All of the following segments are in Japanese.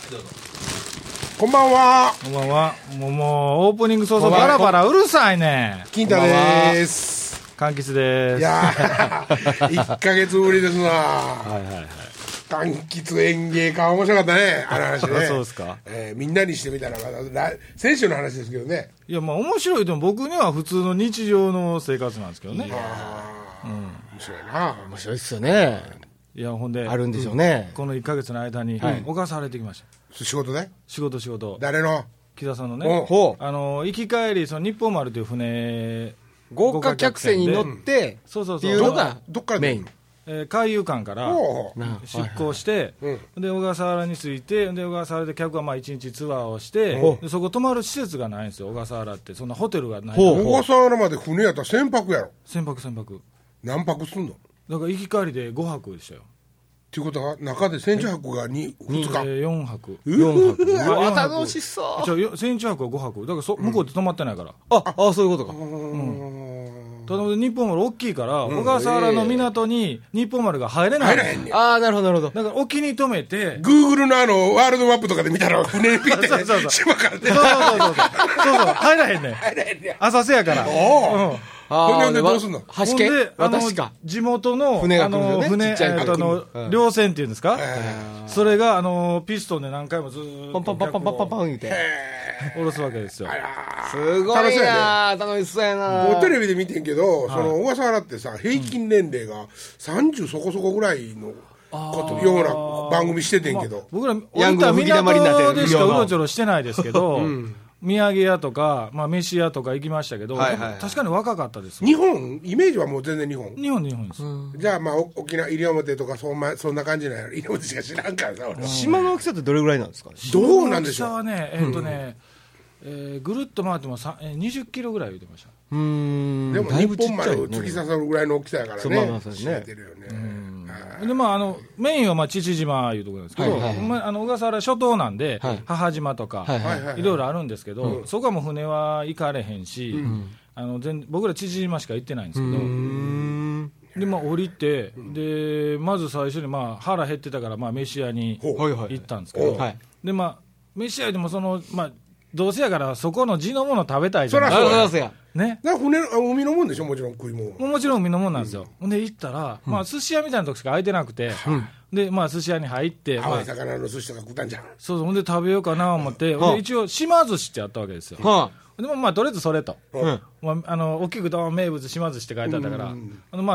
こんばんは。 こんばんは。もうオープニング早々バラバラうるさいね。 金太です。 柑橘です。 いやー1ヶ月ぶりですな。 はいはいはい。 柑橘園芸家面白かったね、あの話ね。 そうですか。 みんなにしてみたら先週の話ですけどね。 いやまあ面白いでも僕には普通の日常の生活なんですけどね。 面白いな。 面白いっすよね。 いやほんであるんでしょうね。 この1ヶ月の間に小笠原れてきました。 仕事で？ 仕事。 誰の？ 木田さんのね。行き帰りその日本丸という船豪華客船に乗ってっていうのがどっからメイン。 海遊館から出港して、で小笠原に着いて、で小笠原で客はまあ1日ツアーをして、でそこ泊まる施設がないんですよ、小笠原って、そんなホテルがないから。 小笠原まで船やったら船泊やろ。 船泊。 何泊すんの？ だから行き帰りで5泊でしたよ。 っていうことは中で船長泊が2日 4泊。 楽しそう。 船長泊は5泊だから向こうで泊まってないから。 あ、そういうことか。 ただ日本丸大きいから小笠原の港に日本丸が入れない。 ああ、なるほどなるほど。 だから沖に止めて Google のワールドマップとかで見たら船にピッて島から出てそう入らへんねん浅瀬やから。 ほんでどうすんの？ 橋家私か地元の船が来るよね。ちっちゃい稜線っていうんですか、それがピストンで何回もずーっとパンパン言うて下ろすわけですよ。 すごいな、楽しそうやな。 テレビで見てんけど、その小笠原ってさ平均年齢が30そこそこぐらいのような番組しててんけど、 僕らヤングの吹き溜まりになってるでしかうろちょろしてないですけど、土産屋とか、飯屋とか行きましたけど、確かに若かったです。 日本イメージはもう全然日本です。 じゃあ沖縄西表とかそんな感じなんやろ。西表しか知らんからさ。 島の大きさってどれぐらいなんですか？ どうなんでしょう。 大きさはねぐるっと回っても20キロぐらい言ってました。 でも日本丸突き刺さるぐらいの大きさやからね。知れてるよね。 でメインは父島いうところなんですけど、小笠原諸島なんで母島とかいろいろあるんですけど、そこはもう船は行かれへんし、僕ら父島しか行ってないんですけど、で降りて、でまず最初に腹減ってたから飯屋に行ったんですけど、で飯屋でもどうせやからそこの地のもの食べたいじゃないですか。ね、 海のもんでしょ、もちろん食い物もちろん海のもんなんですよ。で行ったら寿司屋みたいなとこしか空いてなくて、で寿司屋に入って青い魚の寿司とか食ったんじゃん。 そうほんで食べようかな思って、一応島寿司ってあったわけですよ。でもとりあえずそれと、大きく名物島寿司って書いてあったから、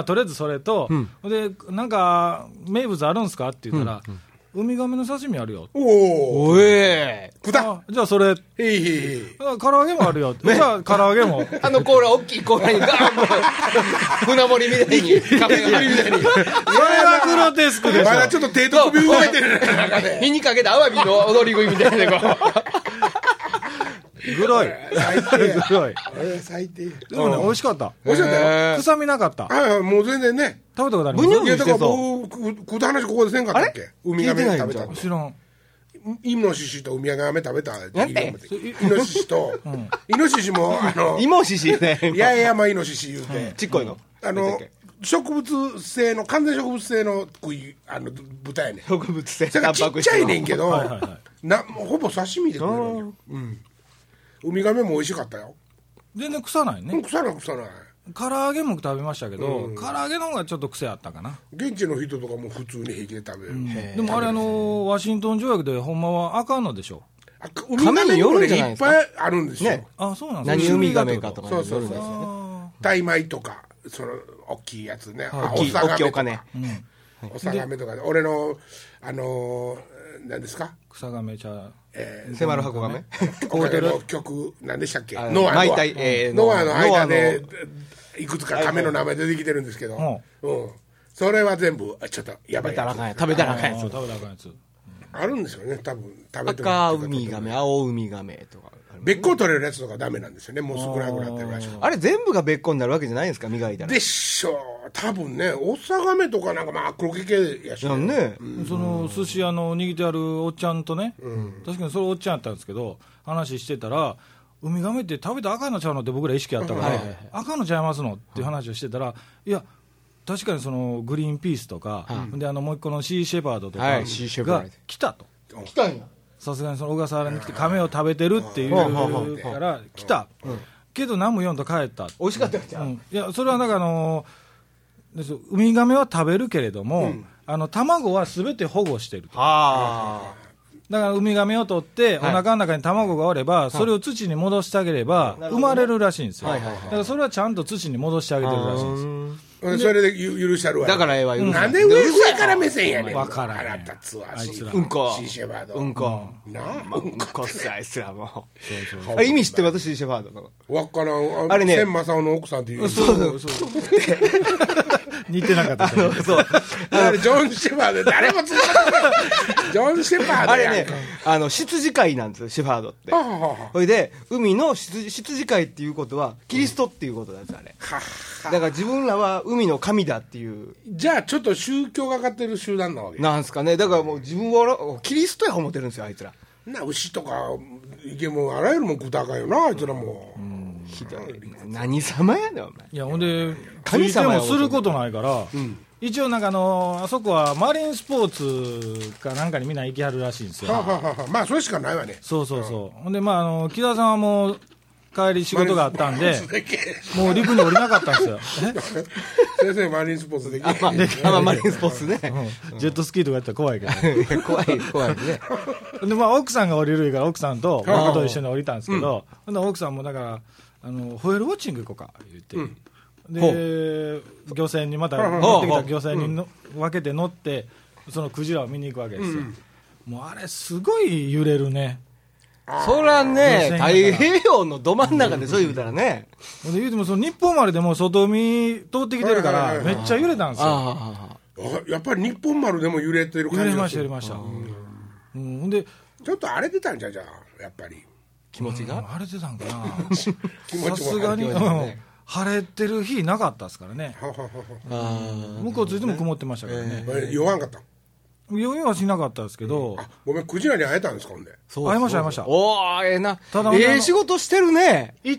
とりあえずそれと、でなんか名物あるんすかって言ったら、ウミガメの刺身あるよ。 おえじゃあそれ唐揚げもあるよ。じゃあ唐揚げもコーラ大きいコーラにガーンも船盛りみたいにカフェがみたいにそれはグロテスクでしょ。 まだちょっと手と首動いてる中で火にかけたアワビの踊り食いみたいなグロい最低。 でもね美味しかった。 美味しかったよ。 臭みなかった。 もう全然ね。 食べたことあります？ いやだから僕食うた話ここでせんかったっけ？ウミガメ食べた。 知らん。 イノシシとウミガメ食べた。イノシシとイノシシもイモシシね。 いやイノシシ言うてちっこいの植物性の完全植物性の豚やねん。 植物性ちっちゃいねんけどほぼ刺身で食えるよ。ウミガメも美味しかったよ。 全然臭ないね。 臭ない。 唐揚げも食べましたけど、唐揚げの方がちょっと癖あったかな。 現地の人とかも普通に平気で食べる。 でもあれワシントン条約でほんまはあかんのでしょ。 ウミガメによるんじゃないですか。いっぱいあるんですよ。 あ、そうなんですか。 何ウミガメかとかによるんですよね。 タイマイとかその大きいやつね。 大きいお金。 おさがめとかで俺の何ですか。 草ガメちゃ迫る箱ガメ。 俺の曲何でしたっけ。 ノアの間でいくつか亀の名前出てきてるんですけど、それは全部ちょっとやばいやつ。 食べたらあかんやつ。 あるんですよね、多分。 赤ウミガメ、青ウミガメとか。 別個取れるやつとかダメなんですよね。もう少なくなってるらしい。 あれ全部が別個になるわけじゃないんですか、磨いたら。 でしょう。多分ね、オサガメとかなんか黒毛系やしね。その寿司屋の握ってあるおっちゃんとね、確かにそれおっちゃんやったんですけど、話してたら、ウミガメって食べたら赤いのちゃうのって僕ら意識あったから、赤のちゃいますのっていう話をしてたら、いや確かにそのグリーンピースとか、でもう一個のシーシェパードとかが来たと。 来たんや。 さすがにその小笠原に来て亀を食べてるっていうから来た、けど何も言わんと帰った。 美味しかったじゃん。 いやそれはなんかウミガメは食べるけれども、卵はすべて保護してると。だからウミガメを取ってお腹の中に卵がおれば、それを土に戻してあげれば生まれるらしいんですよ。だからそれはちゃんと土に戻してあげてるらしいんです。 それで許したるわ。 だから許した。 なんで上から目線やねん。 わからん。 腹立つわ。 あいつら。 うんこ。 シーシェバード。 うんこ。 うんこっすあいつらも。意味知ってますシーシェバードの。 わからん。 あれね。 千正雄の奥さんっていう。 そう。似てなかった。 そう。 あれジョン・シェパード誰もつかない。ジョン・シェパードあれね、羊飼いなんですよ、シェパードって。それで、海の羊飼いっていうことは、キリストっていうことなんです、あれ。だから自分らは海の神だっていう。 じゃあちょっと宗教がかってる集団なわけなんすかね。だからもう自分はキリストや思ってるんですよ、あいつら。 牛とかイケモンあらゆるもん食うたらあかんよな、あいつらも。 ひどい。何様やねん、お前。 いや、ほんで、神様もすることないから、一応なんかあそこはマリンスポーツかなんかにみんな行きはるらしいんですよ。 まあそれしかないわね。 そう。ほんで木田さんはもう帰り仕事があったんで、もう陸に降りなかったんですよ。 先生マリンスポーツできる。マリンスポーツね。 ジェットスキーとかやったら怖いけど。 怖いね。 で奥さんが降りるから奥さんと僕と一緒に降りたんですけど、奥さんもだからホエールウォッチング行こうか言って。で漁船にまた乗ってきた漁船に分けて乗ってそのクジラを見に行くわけですよ。もうあれすごい揺れるね。 そらね、太平洋のど真ん中でそう言うたらね。 言うてもその日本丸でも外海通ってきてるからめっちゃ揺れたんですよ。 やっぱり日本丸でも揺れてる感じがする。 揺れました。でちょっと荒れてたんじゃじゃあやっぱり気持ちが荒れてたんかな。さすがに晴れてる日なかったですからね。向こうついても曇ってましたからね。 酔わんかった。 酔いはしなかったですけど。 ごめん、クジラに会えたんですか、ほんで。 会いました。 おー、ええな。仕事してるね。 行って、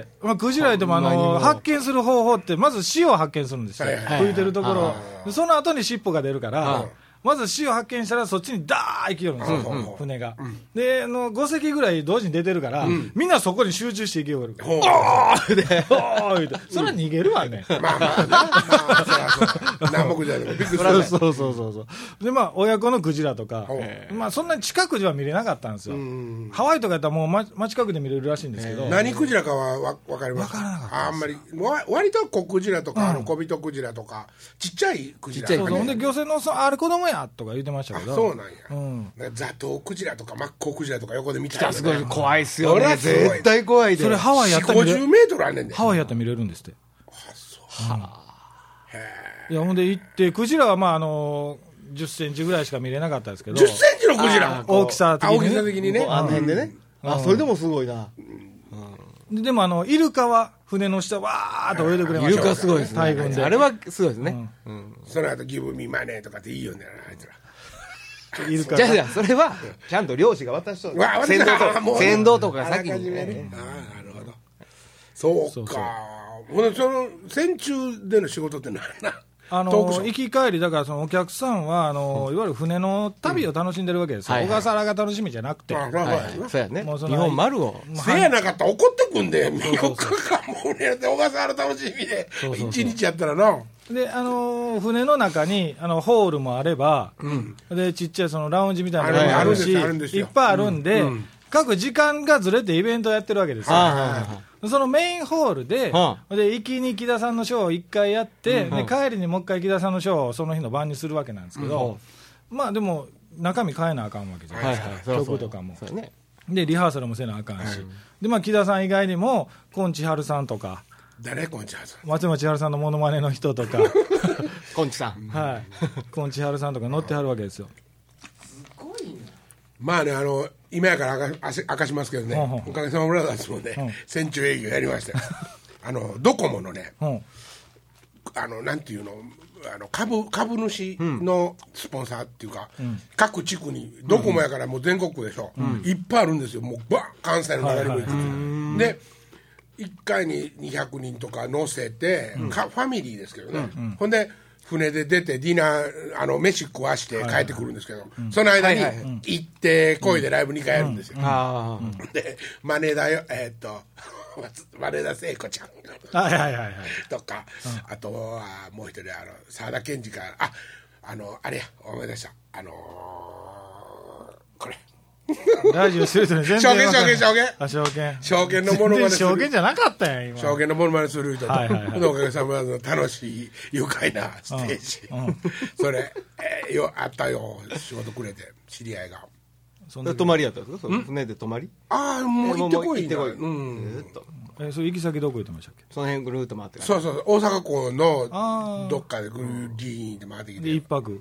クジラでも発見する方法って、まず潮を発見するんですよ。浮いてるところ。その後に尻尾が出るから、まず潮発見したらそっちにダーッ行きよるんですよ、船が。で、5隻ぐらい同時に出てるから、みんなそこに集中して行きよる。おーで、おーって。それは逃げるわね。 まあ、南北じゃなくてびっくりする。 そう。で、親子のクジラとか、そんなに近くでは見れなかったんですよ。ハワイとかやったらもう真近くで見れるらしいんですけど。 何クジラかは分かりますか？ 分からなかった。 あんまり、割とコクジラとか、小人クジラとか、ちっちゃいクジラ。 ほんで、漁船の、あれ子供やとか言ってましたけど。 そうなんや。ザトウクジラとかマッコウクジラとか横で見たらすごい怖いっすよね。絶対怖いで。 それハワイやったら 50メートルあんねんで。 ハワイやったら見れるんですって。いや、ほんで行って、クジラは10センチぐらいしか見れなかったですけど。 10センチのクジラ大きさ的にね。 大きさ的にね。 あの辺でね。それでもすごいな。 でもイルカは船の下わーっと泳いでくれました。 イルカすごいですね。 大群で。 あれはすごいですね。 その後ギブミマネーとかっていいよね、あいつら。 じゃあそれはちゃんと漁師が渡しとる。船頭とか先にね。 なるほど。そうか。ほんでその船中での仕事って何な？ 行き帰りだからそのお客さんはいわゆる船の旅を楽しんでるわけですよ。小笠原が楽しみじゃなくて。 そうやね。日本丸を。 せやなかったら怒ってくんで、4日間もね小笠原楽しみで1日やったらな。 で船の中にホールもあれば、でちっちゃいそのラウンジみたいなのもあるし、いっぱいあるんで、各時間がずれてイベントやってるわけですよ。そのメインホールで、行きに木田さんのショーを1回やって、で帰りにもう1回木田さんのショーをその日の晩にするわけなんですけど、でも中身変えなあかんわけじゃないですか、曲とかも。でリハーサルもせなあかんし、で木田さん以外にも今千春さんとか。 誰こんちはるさん。 松山千春さんのモノマネの人とかこんちさん。 はい。こん千春さんとか乗ってはるわけですよ。 すごいな。 まあね、今やから明かしますけどね、おかげさまブラザーズもね、船中営業やりましたよ。ドコモのね、なんていうの、株主のスポンサーっていうか、各地区に、ドコモやからもう全国区でしょ、いっぱいあるんですよ、もうバン、関西の流れもいくつで、1回に200人とか乗せて、ファミリーですけどね、ほんで船で出てディナー飯食わして帰ってくるんですけど、その間に行って恋でライブ2回やるんですよ、でマネーダマネーダ聖子ちゃんとか、あとはもう一人沢田研二かあれや思い出したこれラジオしてる人に全然証券のものまねする証券じゃなかったやん今証券のものまねする人と、おかげさまの楽しい愉快なステージ、それあったよ仕事くれて知り合いが泊まりやったんですか、船で泊まり？ もう行ってこいずっとそれ行き先どこ行ってましたっけ？ その辺ぐるっと回ってそう大阪港のどっかでぐるりーって回ってきてで一泊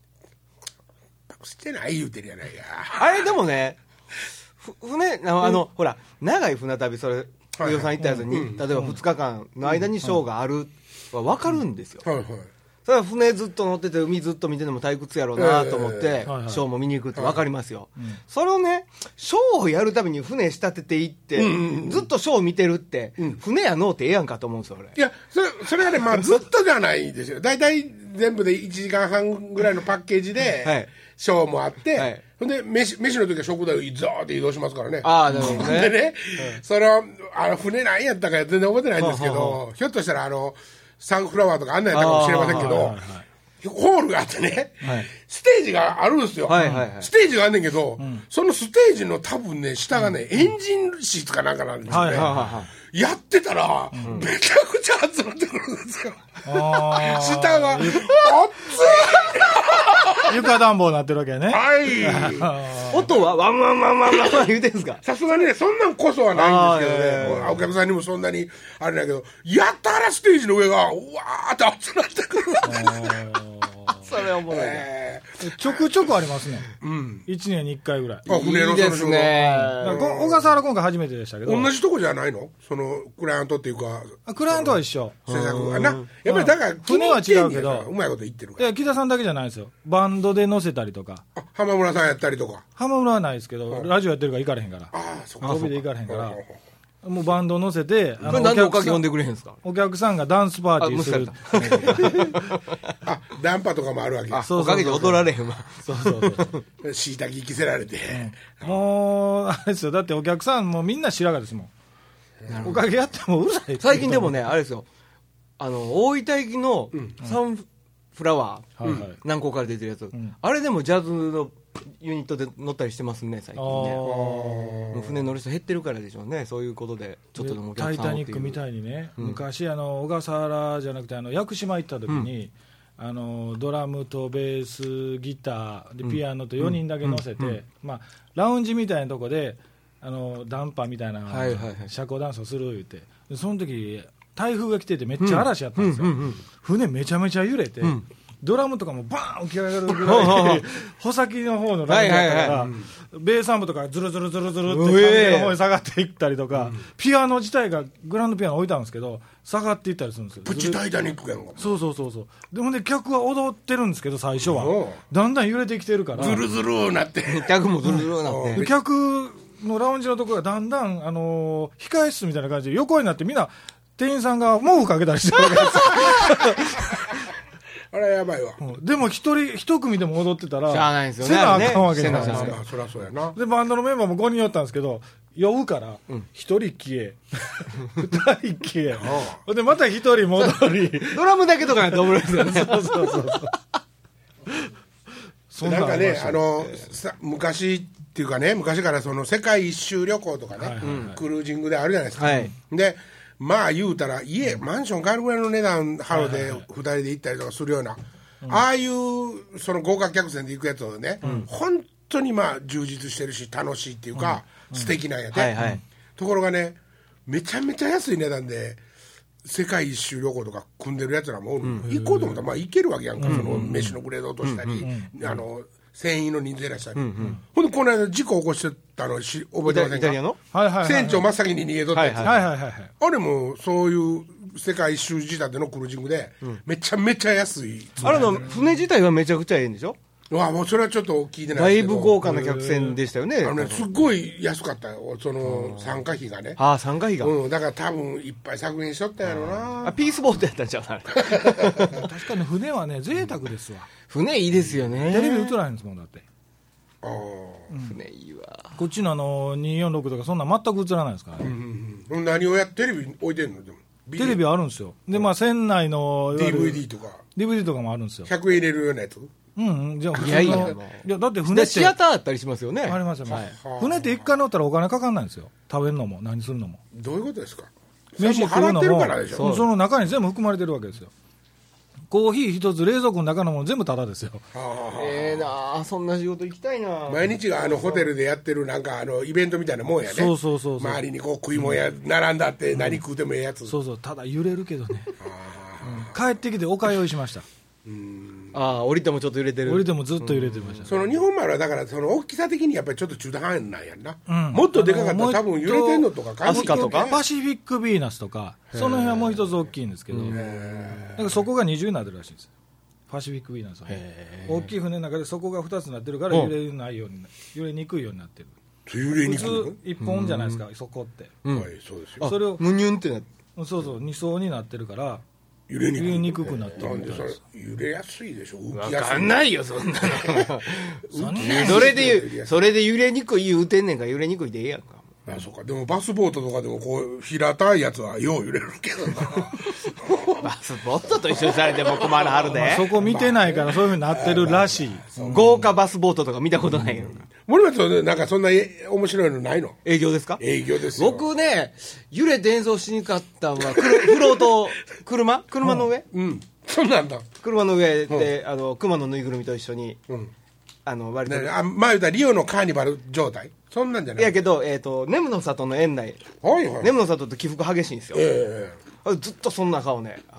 してない言うてるやないか。 あれでもね船ほら長い船旅それ福代さん行ったやつに、例えば2日間の間にショーがあるは分かるんですよ、それは船ずっと乗ってて海ずっと見てても退屈やろうなと思ってショーも見に行くって分かりますよ、それをねショーをやるために船仕立てていってずっとショー見てるって船やのうてええやんかと思うんですよ俺。 いやそれはねずっとじゃないですよ。大体全部で1時間半ぐらいのパッケージでショーもあって、ほんで飯の時は食材をザーって移動しますからね。 なるほどね。 でね、その船何やったか全然覚えてないんですけど、ひょっとしたらサンフラワーとかあんなんやったかもしれませんけど、ホールがあってね、ステージがあるんですよ、ステージがあんねんけど、そのステージの多分ね下がね、エンジン室かなんかなんですよね、やってたら、めちゃくちゃ集まってくるんですよ。下が熱い床暖房になってるわけやね。 音はワンワンワンワンワン言うてんすか？ さすがにねそんなんこそはないんですけどね、お客さんにもそんなにあれだけど、やったらステージの上がうわーって集まってくるわけそれはもうちょくちょくありますね、1年に1回ぐらい。 いいですね。 小笠原今回初めてでしたけど、 同じとこじゃないの？そのクライアントっていうかクライアントは一緒、 制作がな、やっぱりだから船は違うけどうまいこと言ってるから。 いや木田さんだけじゃないですよ、バンドで乗せたりとか。 浜村さんやったりとか。 浜村はないですけど、ラジオやってるから行かれへんから、帯で行かれへんから、もうバンド乗せて、 なんでおかげ呼んでくれへんすか？ お客さんがダンスパーティーするダンパとかもあるわけ。 おかげで踊られへんわ。 しいたけ着せられて、 もうあれですよ、だってお客さんもみんな白髪ですもん。おかげやってもうるさい。 最近でもねあれですよ、大分行きのサンフラワー南港から出てるやつ、あれでもジャズのユニットで乗ったりしてますね最近ね。船乗る人減ってるからでしょうね、そういうことでちょっとでもお客さんをタイタニックみたいにね、昔小笠原じゃなくて屋久島行った時に、ドラムとベースギターでピアノと4人だけ乗せて、ラウンジみたいなとこでダンパみたいな社交ダンスをする言うて、その時台風が来ててめっちゃ嵐やったんですよ、船めちゃめちゃ揺れて、ドラムとかもバーン浮き上がるぐらい穂先の方のラインだったから、ベースアンプとかズルズルズルズルって関係の方に下がっていったりとか、ピアノ自体がグランドピアノ置いたんですけど下がっていったりするんですよ。 プチタイタニックやんか。 そうでもね、客は踊ってるんですけど最初はだんだん揺れてきてるからズルズルなって客もズルズルなって、 客のラウンジのところがだんだん控え室みたいな感じで横になって、みんな店員さんが毛布かけたりしてるわけですよあれやばいわ。 でも一組でも踊ってたらしゃあないんですよね、 せなあかんわけじゃないですか。 そりゃそうやな。 でバンドのメンバーも5人おったんですけど、酔うから1人消え2人消えでまた1人戻りドラムだけとかやと思うんですよねそうなんかね、昔っていうかね、昔からその世界一周旅行とかね、クルージングであるじゃないですか、で言うたらマンション買えるぐらいの値段ハロで2人で行ったりとかするような、ああいうその豪華客船で行くやつをね、本当に充実してるし楽しいっていうか、素敵なんやで、ところがねめちゃめちゃ安い値段で世界一周旅行とか組んでるやつらも行こうと思ったら行けるわけやんか、その飯のグレード落としたり、船員の人数減らしたり、ほんでこの間事故起こしてたの覚えてませんか？ イタリアの船長真っ先に逃げとったやつ、 あれもそういう世界一周仕立てのクルージングでめちゃめちゃ安い。 あれの船自体はめちゃくちゃええんでしょ？ もうそれはちょっと聞いてないですけど、 だいぶ豪華な客船でしたよね。 すっごい安かったよ、その参加費がね。 参加費が。 だから多分いっぱい削減しとったやろな。 ピースボートやったんちゃうか確かに船はね、贅沢ですわ。 船いいですよね。 テレビ映らないんですもん、だって。 船いいわ。 こっちの246とかそんな全く映らないですからね。 何をテレビ置いてんの？でもテレビあるんですよ。で、船内の DVD とか DVD とかもあるんですよ。 100円入れるようなやつ。 じゃあいやだって船ってシアターあったりしますよね。 ありますよね。船って一回乗ったらお金かかんないんですよ。食べるのも何するのも。 どういうことですか？ 飯食うのもその中に全部含まれてるわけですよ。コーヒー一つ冷蔵庫の中のもの全部タダですよ。 なあ、そんな仕事行きたいな。 毎日がホテルでやってるなんかイベントみたいなもんやね。 そう周りにこう食い物や並んだって何食うてもええやつ。 ただ揺れるけどね。帰ってきておか用意しました。 降りてもちょっと揺れてる。 降りてもずっと揺れてました。 その日本丸はだからその大きさ的にやっぱりちょっと中途半端なんやんな。もっとでかかったら多分揺れてんのとかアスカとかパシフィックヴィーナスとかその辺はもう一つ大きいんですけど、だからそこが二重になってるらしいんです。パシフィックヴィーナスは大きい船の中でそこが2つになってるから揺れないように、揺れにくいようになってる。普通1本じゃないですか、そこって。 はい、そうですよ。 それをムニュンってなって、 2層になってるから揺れにくくなってる。 なんでそれ揺れやすいでしょ。 分かんないよそんなの。それで揺れにくい言うてんねんから揺れにくいでええやんか。 そうか。でもバスボートとかでもこう平たいやつはよう揺れるけどな。 バスボートと一緒にされても困るはるで。 そこ見てないからそういうふうになってるらしい。 豪華バスボートとか見たことないけどな。 森松なんかそんな面白いのないの？ 営業ですか？ 営業ですよ。 僕ね、揺れて演奏しにかったのはフロート車の上、 そうなんだ。 車の上で熊のぬいぐるみと一緒に、割と前言ったリオのカーニバル状態そんなんじゃない？ いやけどネムの里の園内、ネムの里って起伏激しいんですよ。ずっとその中をね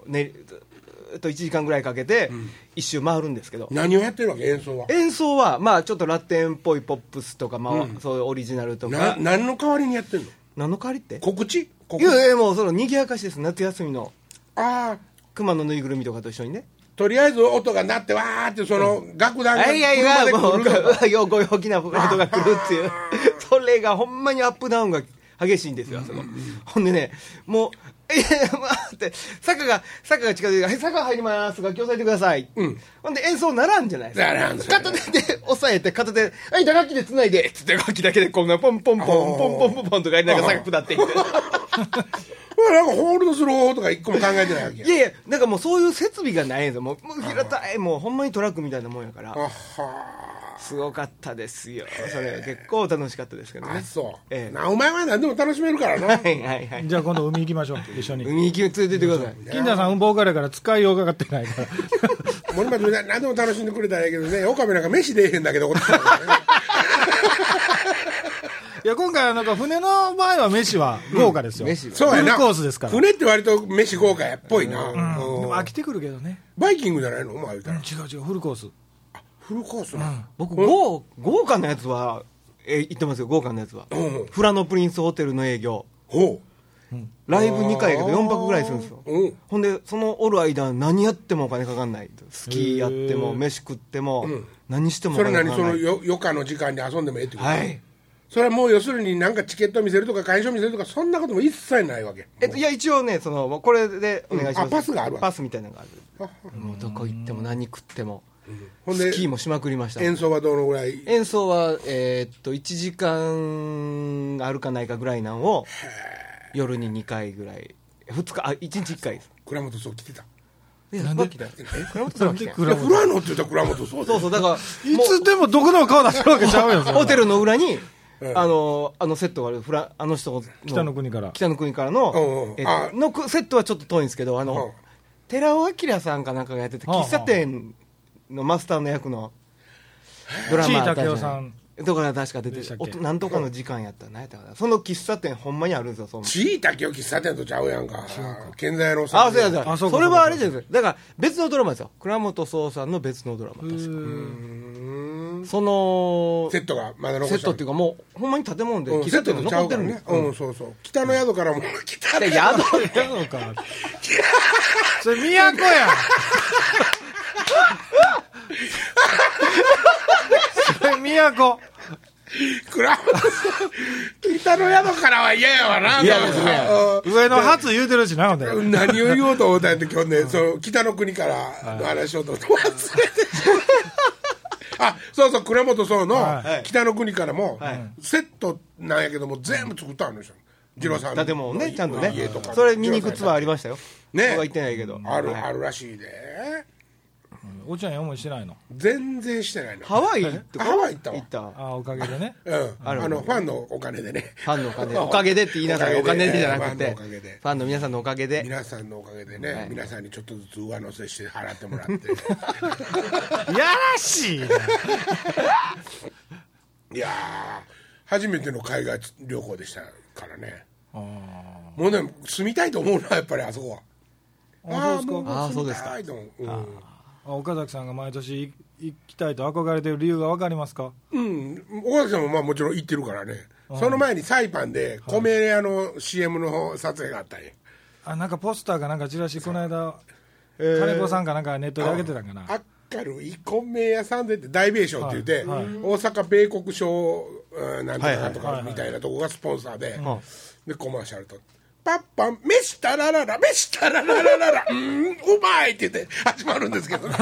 1時間ぐらいかけて一周回るんですけど。 何をやってるわけ？演奏はまあちょっとラテンっぽいポップスとか、そういうオリジナルとか。 何の代わりにやってんの？何の代わりって？ 告知？ いやもうその賑やかしです。夏休みの熊のぬいぐるみとかと一緒にね。 とりあえず音が鳴ってわーってその楽団が車で来るとかご陽気な音が来るっていうそれがほんまにアップダウンが激しいんですよ。ほんでね、もう待って、坂が近づいて、はい、坂入ります楽器押さえてください、ほんで演奏ならんじゃないですか。片手で押さえて片手ではい打楽器でつないでつって楽器だけでこんなポンポンポンポンポンポンポンとかやりながら坂下っていってなんかホールドする方法とか一個も考えてないわけや。 いやなんかもうそういう設備がないんですよ。もう平たい、もうほんまにトラックみたいなもんやから。すごかったですよ。それ結構楽しかったですけどね。 そう。お前は何でも楽しめるからな。 じゃあ今度海行きましょう、一緒に。 海行き連れてってください。 金田さんボーカルやから使いようがかかってないから森松みたいに何でも楽しんでくれたらいいけどね、岡部なんか飯出えへんだけどいや今回なんか船の場合は飯は豪華ですよ。 そうやな。 フルコースですから。 船って割と飯豪華やっぽいな。 でも飽きてくるけどね。 バイキングじゃないの？お前言うたら。 違うフルコース。 フルコースな。 僕豪華なやつは行ってますよ。豪華なやつはフラノプリンスホテルの営業。ライブ2回やけど4泊ぐらいするんですよ。ほんでそのおる間何やってもお金かかんない。スキーやっても飯食っても何してもお金かかんない。 それなりその余暇の時間に遊んでもええってこと？ はい。 それはもう要するになんかチケット見せるとか会場見せるとかそんなことも一切ないわけ？ いや一応ねこれでお願いします。 パスがあるわけ？ パスみたいなのがある。もうどこ行っても何食ってもスキーもしまくりました。 演奏はどのぐらい？ 演奏は1時間あるかないかぐらいなんを夜に2回ぐらい1日1回です。 倉本そう来てた？ なんで倉本さん来てフラノって言ったら倉本そうだからいつでもどこでも顔出せるわけちゃうよ。 ホテルの裏にセットがある。人の北の国からのセットはちょっと遠いんですけど、寺尾明さんかなんかがやってて喫茶店のマスターの役のドラマー武雄さんとかが確か出てて、なんとかの時間やったら何やったかな。その喫茶店ほんまにあるんですよ。 ちいたけよ喫茶店とちゃうやんか。健在のさん。それはあれですよ。だから別のドラマですよ。倉本壮さんの別のドラマ確か。そのセットがまだ残セットっていうかもうほんまに建物で喫茶店が残ってるんです。 そう北の宿からも北の宿か。それ都やん。 都北の宿からは嫌やわな。 嫌ですね。 上の初言うてるしな、ほんで。 何を言おうと思ったんやって今日ね、その北の国からの話しようと思って忘れてあ、そうそう、倉本荘の北の国からもセットなんやけども全部作ったんですよ。次郎さんの建物ね、ちゃんとね家とか。 それ見に行くツアーありましたよ。 ね。 僕は行ってないけど。 あるらしいで。 おちゃん思いしてないの？ 全然してないの。 ハワイってハワイ行ったわ。 行った。 あ、おかげでね。 うん。ファンのお金でね。 ファンのお金で。おかげでって言いなさい。お金でじゃなくて。 ファンのおかげで。 ファンの皆さんのおかげで。 皆さんのおかげでね、皆さんにちょっとずつ上乗せして払ってもらって。 いやらしい。 いやー、初めての海外旅行でしたからね。もうね、住みたいと思うな、やっぱりあそこは。 そうですか。 岡崎さんが毎年行きたいと憧れてる理由が分かりますか？ うん、岡崎さんもまあもちろん行ってるからね。その前にサイパンで米屋の CM の撮影があったんや。 なんかポスターかなんかチラシこの間金子さんかなんかネットで上げてたんかな。 明るい米屋さんでって大米賞って言って、大阪米国賞なんとかなんとかみたいなとこがスポンサーで、でコマーシャルとパッパン飯たららら飯たらららららうまいって言って始まるんですけどね。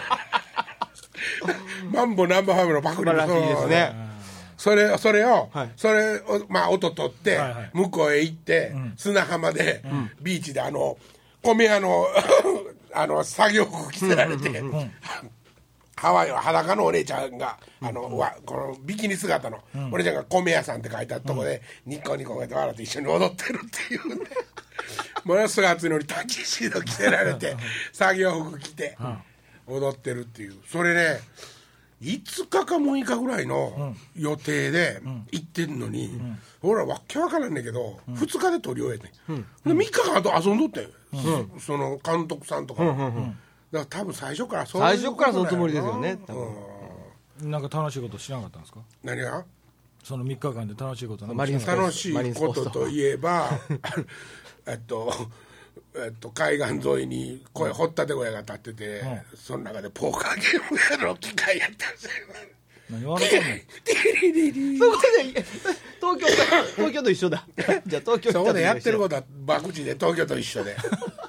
マンボナンバーファムのパクリらしいですね。 それをまあ音取って向こうへ行って砂浜でビーチで米屋の作業服着せられて、ハワイは裸のお姉ちゃんがこのビキニ姿のお姉ちゃんが米屋さんって書いてあったとこでニコニコって笑って一緒に踊ってるっていうね。ものすごい暑いのにタキシード着せられて作業服着て踊ってるっていう。それね5日か6日ぐらいの予定で行ってんのに、俺らわけわからんねんけど2日で撮り終えて、3日間あと遊んどって、その監督さんとか、だから多分最初からそのつもりですよね。 なんか楽しいことしなかったんですか？ 何が？ その3日間で楽しいこと楽しいことといえば海岸沿いに掘ったて小屋が建ってて、その中でポーカーゲームやる機械やったんですよ。 何笑ってんの？ そこで東京と一緒だ。じゃあ東京そこでやってることは博打で東京と一緒で。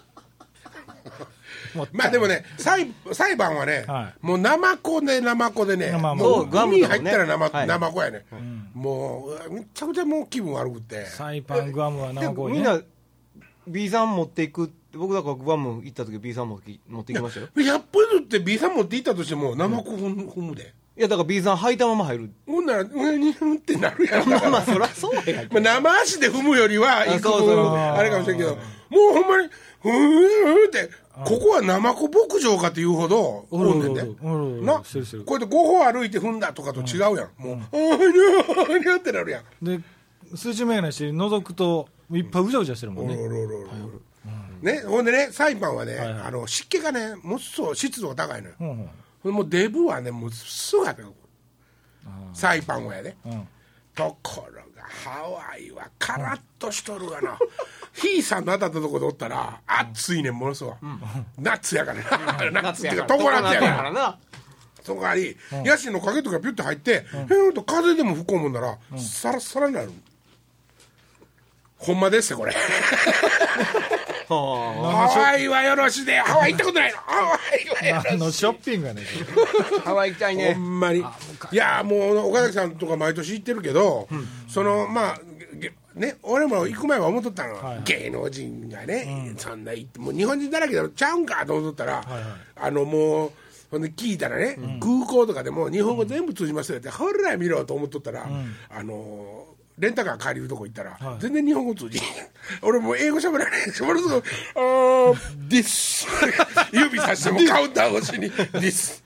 まあでもね裁判はね、もうナマコでね、もう海入ったらナマコやね。もうめちゃくちゃもう気分悪くて。 サイパングアムはナマコみんな B さん持っていくって、僕だからグアム行った時 B さん持ってきましたよ。 100歩ずつって B さん持って行ったとしてもナマコ踏むで。 いやだから B さん履いたまま入る。 ほんなら上に踏んってなるやろ。 まあそりゃそうや。 生足で踏むよりは行くあれかもしれんけど、もうほんまにふーってここはナマコ牧場かっていうほどおるんねんね。な、こうやって5歩歩いて踏んだとかと違うやん。もうあにゃってなるやん。 で水中眼鏡して覗くといっぱいうじゃうじゃしてるもんね。 ね、ほんでねサイパンはね、湿気がねもっそう湿度が高いのよ。もうデブはねもうすぐあるサイパンはやで、ところがハワイはカラッとしとるがな。ヒーさんの当たったとこでおったら暑いねんものすごい。夏やからな。夏っていうか常夏やからな。その代わりヤシの陰とかピュッて入って風でも吹こうもんならサラサラになる。ほんまですよこれ。ハワイはよろしで。ハワイ行ったことないの。ハワイはよろしのショッピングやねん。 ハワイ行きたいね。 ほんまに。いやもう岡崎さんとか毎年行ってるけど、そのまあね、俺も行く前は思っとったのは、芸能人がね、そんなもう日本人だらけでちゃうんかと思っとったら、もうほんで聞いたらね、空港とかでも日本語全部通じますよって、ほら見ろと思っとったら、レンタカー借りるとこ行ったら、全然日本語通じん。俺もう英語喋らないし、ものすごいディス指さしてもカウンター越しにディス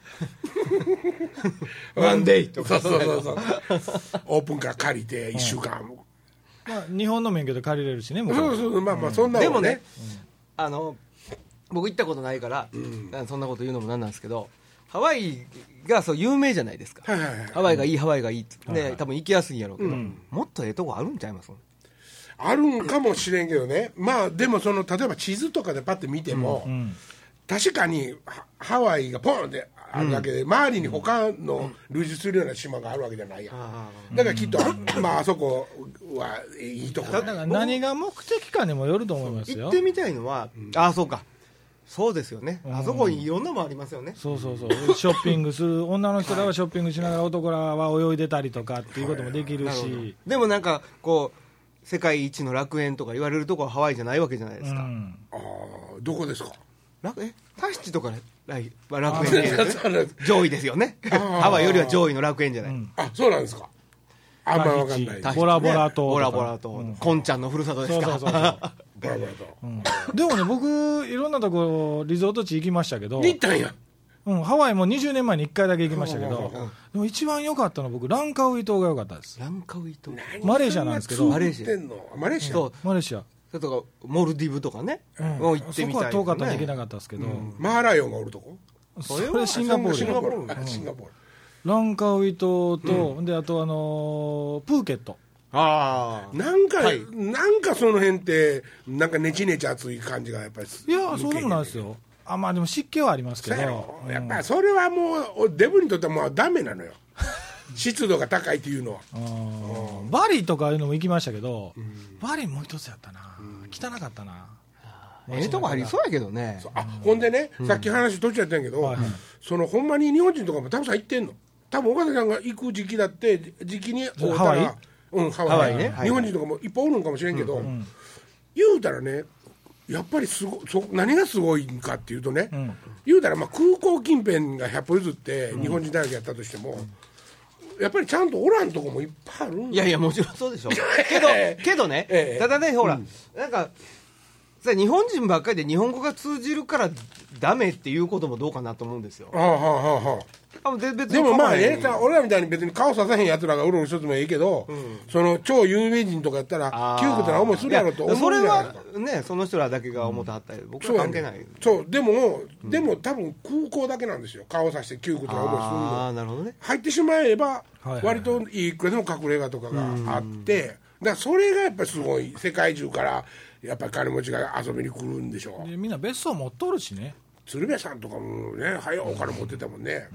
ワンデイとか。 そうオープンカー借りて1週間、 まあ、日本の免許で借りれるしね。 そうまあまあそんなでもね、僕行ったことないから、そんなこと言うのもなんなんですけど、ハワイがそう有名じゃないですか。ハワイがいいハワイがいいってね、多分行きやすいんやろうけど、もっとええとこあるんちゃいます？ あるんかもしれんけどね。まあでも例えば地図とかでパッて見ても、確かにハワイがポンってあるだけで、周りに他の類似するような島があるわけじゃないやん。だからきっとあそこはいいところだ。 何が目的かにもよると思いますよ。 行ってみたいのは、そうか、そうですよね、あそこにいろんなもありますよね。 そうショッピングする女の人らはショッピングしながら男らは泳いでたりとかっていうこともできるし、 でもなんかこう世界一の楽園とか言われるとこはハワイじゃないわけじゃないですか。 どこですか？ タヒチとか楽園です上位ですよね。ハワイよりは上位の楽園じゃない。 そうなんですか。あんまり分かんない。 ボラボラ島、 ボラボラ島、コンちゃんのふるさとですか。 ボラボラ島。 でもね、僕いろんなとこリゾート地行きましたけど。 行ったんや。 ハワイも20年前に1回だけ行きましたけど、でも一番良かったのは僕ランカウイ島が良かったです。 ランカウイ島、 マレーシアなんですけど。 マレーシアそれとかモルディブとかね、もう行ってみたいですね。 そこは遠かったら行けなかったですけど、 マーライオンがおるとこ。 それシンガポール。ランカウイ島と、であとプーケット。 なんかその辺ってなんかネチネチ暑い感じがやっぱり。 いやそうでもないですよ。まあでも湿気はありますけど、 やっぱりそれはもうデブにとってはもうダメなのよ。湿度が高いっていうのは。 バリとかいうのも行きましたけど、バリもう一つやったな、汚かったな。 とこありそうやけどね。 ほんでね、さっき話途中やったんやけど、そのほんまに日本人とかもたくさん行ってんの。多分岡田さんが行く時期だって時期にハワイハワイね、日本人とかもいっぱいおるんかもしれんけど、言うたらね、やっぱり何がすごいんかっていうとね、言うたら空港近辺が100歩譲って日本人だらけやったとしても、やっぱりちゃんとおらんとこもいっぱいあるんいやもちろんそうでしょ。けどね、ただね、ほら、なんか日本人ばっかりで日本語が通じるからダメっていうこともどうかなと思うんですよ。 でも俺らみたいに別に顔させへんやつらがうろうろ一つもいいけど、その超有名人とかやったら窮屈な思いするやろと思うじゃないですか。 それはね、その人らだけが思ってはったり、僕は関係ない。 でも多分空港だけなんですよ、顔させて窮屈な思いするの。 なるほどね。 入ってしまえば割といくらでも隠れ家とかがあって、だからそれがやっぱりすごい、世界中からやっぱり金持ちが遊びに来るんでしょう。 みんな別荘持っとるしね。 鶴瓶さんとかもね、お金持ってたもんね。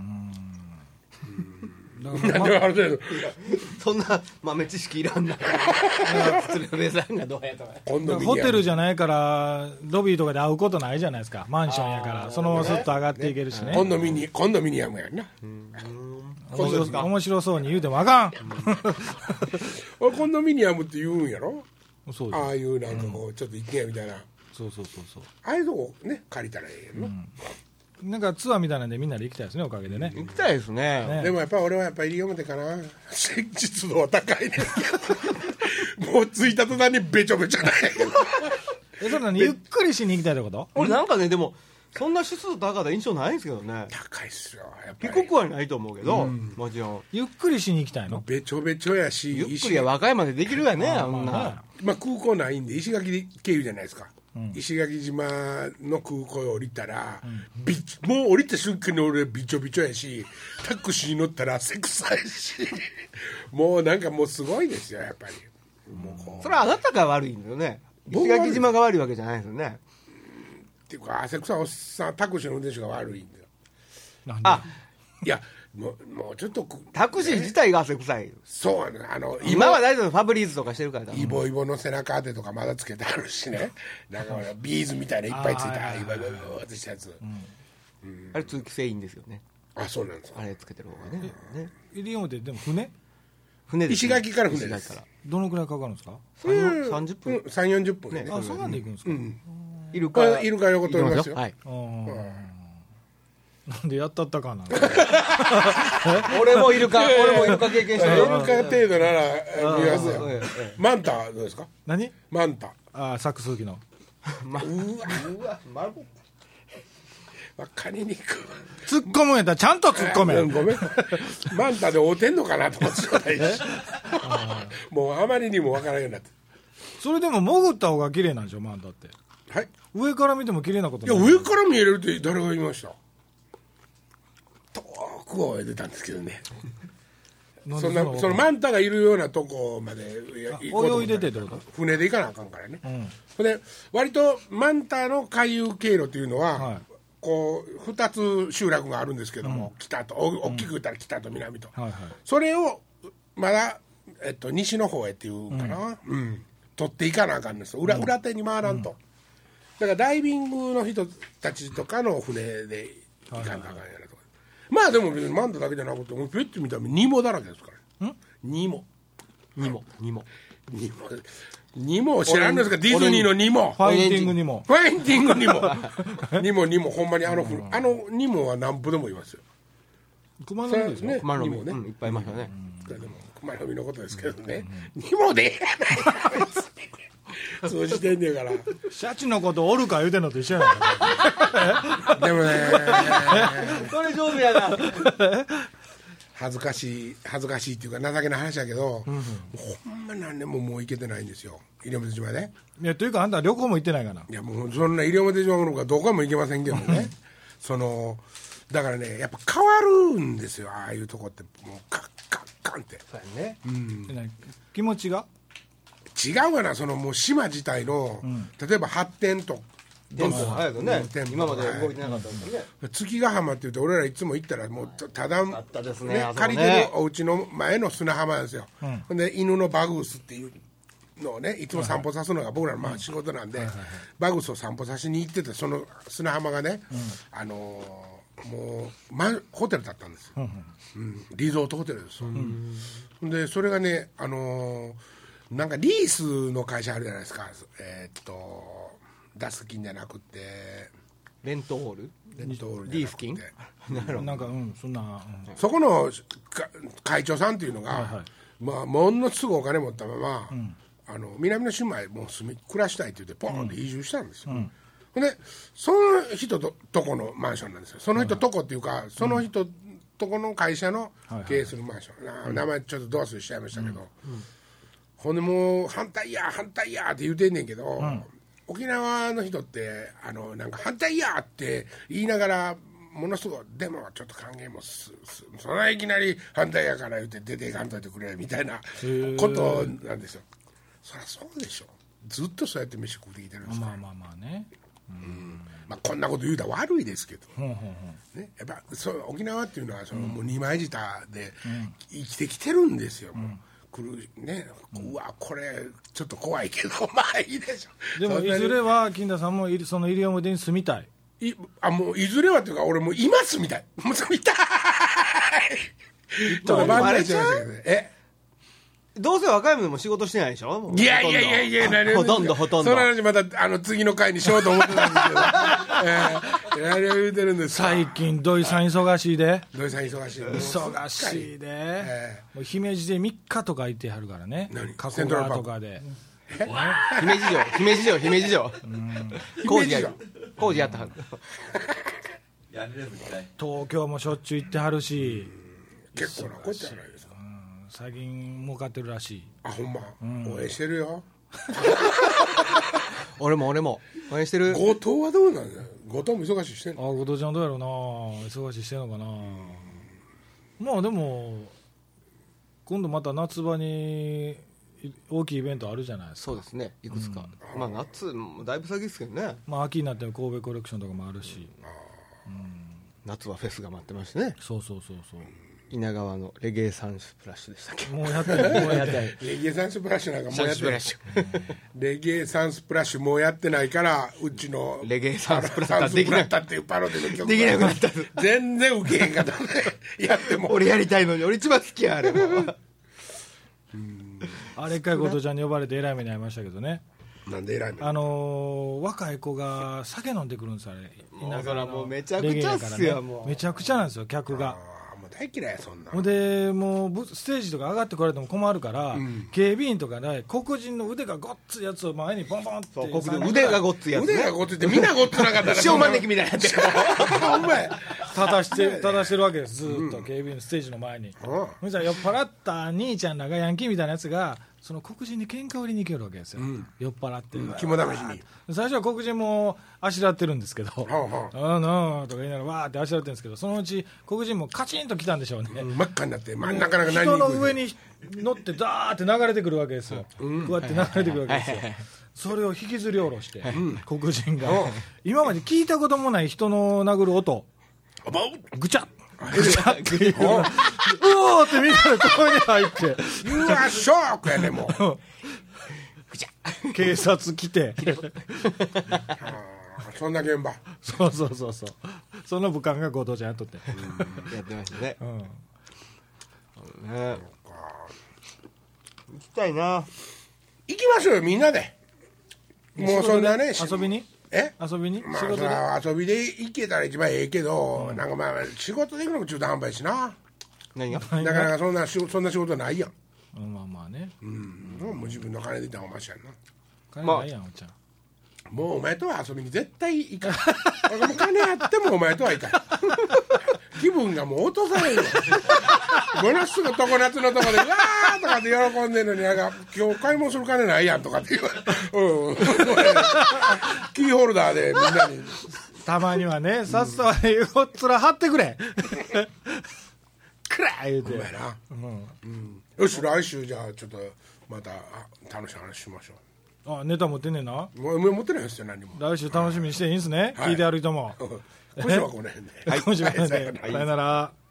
そんな豆知識いらんな。鶴瓶さんがどうやとか。 ホテルじゃないからロビーとかで会うことないじゃないですか。マンションやからそのままスッと上がっていけるしね。 コンドミニアムやんな。 面白そうに言うてもあかん。 コンドミニアムって言うんやろ。 そうああいうなんかこうちょっと一軒家みたいな。 そうああいうとこね借りたらええやんの。 なんかツアーみたいなんでみんなで行きたいですね、おかげでね。 行きたいですね。 でもやっぱり俺はやっぱり西表かな。真実度は高いね。もう着いた途端にべちょべちょないけど。 それ何ゆっくりしに行きたいってこと？ 俺なんかね、でもそんな湿度高かった印象ないんですけどね。 高いっすよやっぱり。 低くはないと思うけど、もちろんゆっくりしに行きたいの。 べちょべちょやし、 ゆっくりは和歌山でできるやね、あんな。 空港ないんで石垣経由じゃないですか。石垣島の空港へ降りたら、もう降りた瞬間に俺びちょびちょやし、タクシー乗ったら汗臭いし、もうなんかもうすごいですよやっぱり。 それはあなたが悪いんだよね。石垣島が悪いわけじゃないですよね。 っていうか汗臭いおっさん、タクシーの運転手が悪いんだよ。いやもうちょっとタクシー自体が汗臭い。 そう今は大丈夫、ファブリーズとかしてるから。 イボイボの背中当てとかまだつけてあるしね。なんかビーズみたいないっぱいついたイボイボってしたやつ。 あれ通気性いいんですよね。 そうなんですか。 あれつけてる方がね。 西表でも船です。 石垣から船です。 どのくらいかかるんですか ？30分。 3、40分ね。 そうなんで行くんですか。 イルカ横通りますよ。 なんでやったったかな。 俺もイルカ経験してる。 イルカ程度なら見ますよ。マンタはどうですか？ 何？ マンタ。 サックス機の。 うわ、 分かりにくい。 突っ込むんやったらちゃんと突っ込め。 ごめん。マンタで会うてんのかなと思ってたし。もうあまりにも分からんようになって。 それでも潜った方が綺麗なんでしょ、マンタって。 はい。 上から見ても綺麗なことない。 いや、上から見えるって誰が言いました？遠くを出たんですけどね。そのマンタがいるようなとこまで泳いでてってこと？ 船で行かなあかんからね。で割とマンタの回遊経路っていうのは、 こう2つ集落があるんですけども、北と大きく言ったら北と南と、それをまだ、西の方へっていうかな、取っていかなあかんんですよ。裏手に回らんと、だからダイビングの人たちとかの船で行かんとあかんやなとか、まあでも別にマンタだけじゃなくてもうペット見たらニモだらけですからね。ニモ知らんですか？ディズニーのニモ、 ファイティングニモニモほんまにあのニモは何歩でもいますよ。 熊の実でしょ、 ね、 熊の実ね、 いっぱいいましたね。 でも熊の実のことですけどね、ニモで通じてんねんから。 シャチのことおるか言うてんのと一緒やなでもねそれ上手やな。 恥ずかしいっていうか情けない話だけど、ほんま何年ももう行けてないんですよ、西表島で。 いやというかあんた旅行も行ってないかな。 いやもうそんな西表島のかどこかも行けませんけどねだからねやっぱ変わるんですよ、ああいうとこってもうカッカッカンって。 そうやね。 気持ちが違うかな、もう島自体の、例えば発展とテンポが早いよね。今まで動いてなかったもんね。 月ヶ浜って言って俺らいつも行ったらもうただあったですね、 借りてるお家の前の砂浜なんですよ、で犬のバグースっていうのをねいつも散歩さすのが僕らのまあ仕事なんで、バグースを散歩さしに行ってて、その砂浜がね、もうホテルだったんですよ、リゾートホテルですよ、でそれがねなんかリースの会社あるじゃないですか、出す金じゃなくてレントホールリース金なんかそんな、 そこの会長さんっていうのが、まあ、ものすごいお金持ったまま、南の島へもう暮らしたいって言ってポーンって移住したんですよ、でその人とこのマンションなんですよ。その人とこっていうか、その人とこの会社の経営するマンション、名前ちょっとどうするしちゃいましたけど、ほんでもう反対やって言うてんねんけど、沖縄の人ってなんか反対やって言いながらものすごいでもちょっと還元もそんないきなり反対やから言って出ていかんといてくれみたいなことなんですよ。そりゃそうでしょ、ずっとそうやって飯食ってきてるんですから。 まあね、 まあ、こんなこと言うたら悪いですけど、ね、やっぱ沖縄っていうのはもう二枚舌で生きてきてるんですよ、来るね、うわこれちょっと怖いけどまあいいでしょ。 でもいずれは金田さんもその西表に住みたい。 もういずれはっていうか俺もう今住みたい、もう住みたいと万歳しましたけどね。 どうせ和歌山でも仕事してないでしょ。 いやほとんどその話また次の回にしようと思ってたんですけど何を言うてるんですか。 最近土井さん忙しいで。 土井さん忙しいで、もう姫路で3日とか行ってはるからね、加古川とかで姫路城工事やったはる東京もしょっちゅう行ってはるし、 結構なこっちゃないですか。 最近儲かってるらしい。 あ、ほんま、応援してるよ俺も応援してる。 後藤はどうなんだよ。後藤も忙しいしてんの。 後藤ちゃんどうやろうな、忙しいしてんのかな。まあでも今度また夏場に大きいイベントあるじゃないですか。 そうですね、いくつか、まあ夏もだいぶ先ですけどね。 まあ秋になって神戸コレクションとかもあるし、 夏はフェスが待ってましてね。 そう稲川のレゲエサンスプラッシュでしたっけ。 もうやってないレゲエサンスプラッシュなんかもうやってないレゲエサンスプラッシュもうやってないからうちのレゲエサンスプラッシュできなかったっていうパロディの曲できなくなった全然ウケへんかったねやっても俺やりたいのに俺一番好きやあれあれ一回後藤ちゃんに呼ばれてえらい目に遭いましたけどね。 なんでえらい目若い子が酒飲んでくるんですあれ。 だからもうめちゃくちゃっすよ、もうめちゃくちゃなんですよ客が。 大嫌いやそんな。 でもうステージとか上がってこられても困るから、警備員とかで黒人の腕がごっついやつを前にポンポンって腕がごっついやつ、 腕がごっついってみんなごっつなかったら塩招きみたいになってお前立たしてるわけですずっと、警備員のステージの前に。そしたら酔っ払った兄ちゃんらがヤンキーみたいなやつがその黒人に喧嘩売りに行けるわけですよ、酔っ払って肝試しに。 最初は黒人もあしらってるんですけど、ああのとか言いながらわーってあしらってるんですけど、そのうち黒人もカチンと来たんでしょうね、 真っ赤になって真ん中なんか人の上に乗ってザーって流れてくるわけですよ、こうやって流れてくるわけですよ。それを引きずり下ろして、黒人が今まで聞いたこともない人の殴る音、ぐちゃっぐちゃっていう、うおーってみんなで声に入って、 うわショックやねもう。 警察来てそんな現場。 そうその武漢が後藤ちゃんやっとってやってましたね。行きたいな。 行きましょうよみんなで。もうそんなね遊びに遊びに、 まあ、仕事で遊びで行けたら一番ええけど、なんかまあ仕事で行くのも中途半端やしな。 何がなかなかそんな仕事ないやん。 まあまあね、 もう自分の金で行った方がマシやんな。 金ないやん、おっちゃん。 もうお前とは遊びに絶対行かん。俺も金あってもお前とは行かん。気分がもう落とされるわ。ものすぐ常夏のとこでわーとかって喜んでるのに、なんか今日買い物する金ないやんとかって言われキーホルダーでみんなにたまにはね、さっさと横っ面張ってくれくら言うて。 お前な、よし来週じゃあちょっとまた楽しい話しましょう。ネタ持ってんねんな。 もう持ってないですよ何も。 来週楽しみにしていいんすね、聞いてある人も。 今週はこの辺で。 今週はこの辺で、さよなら。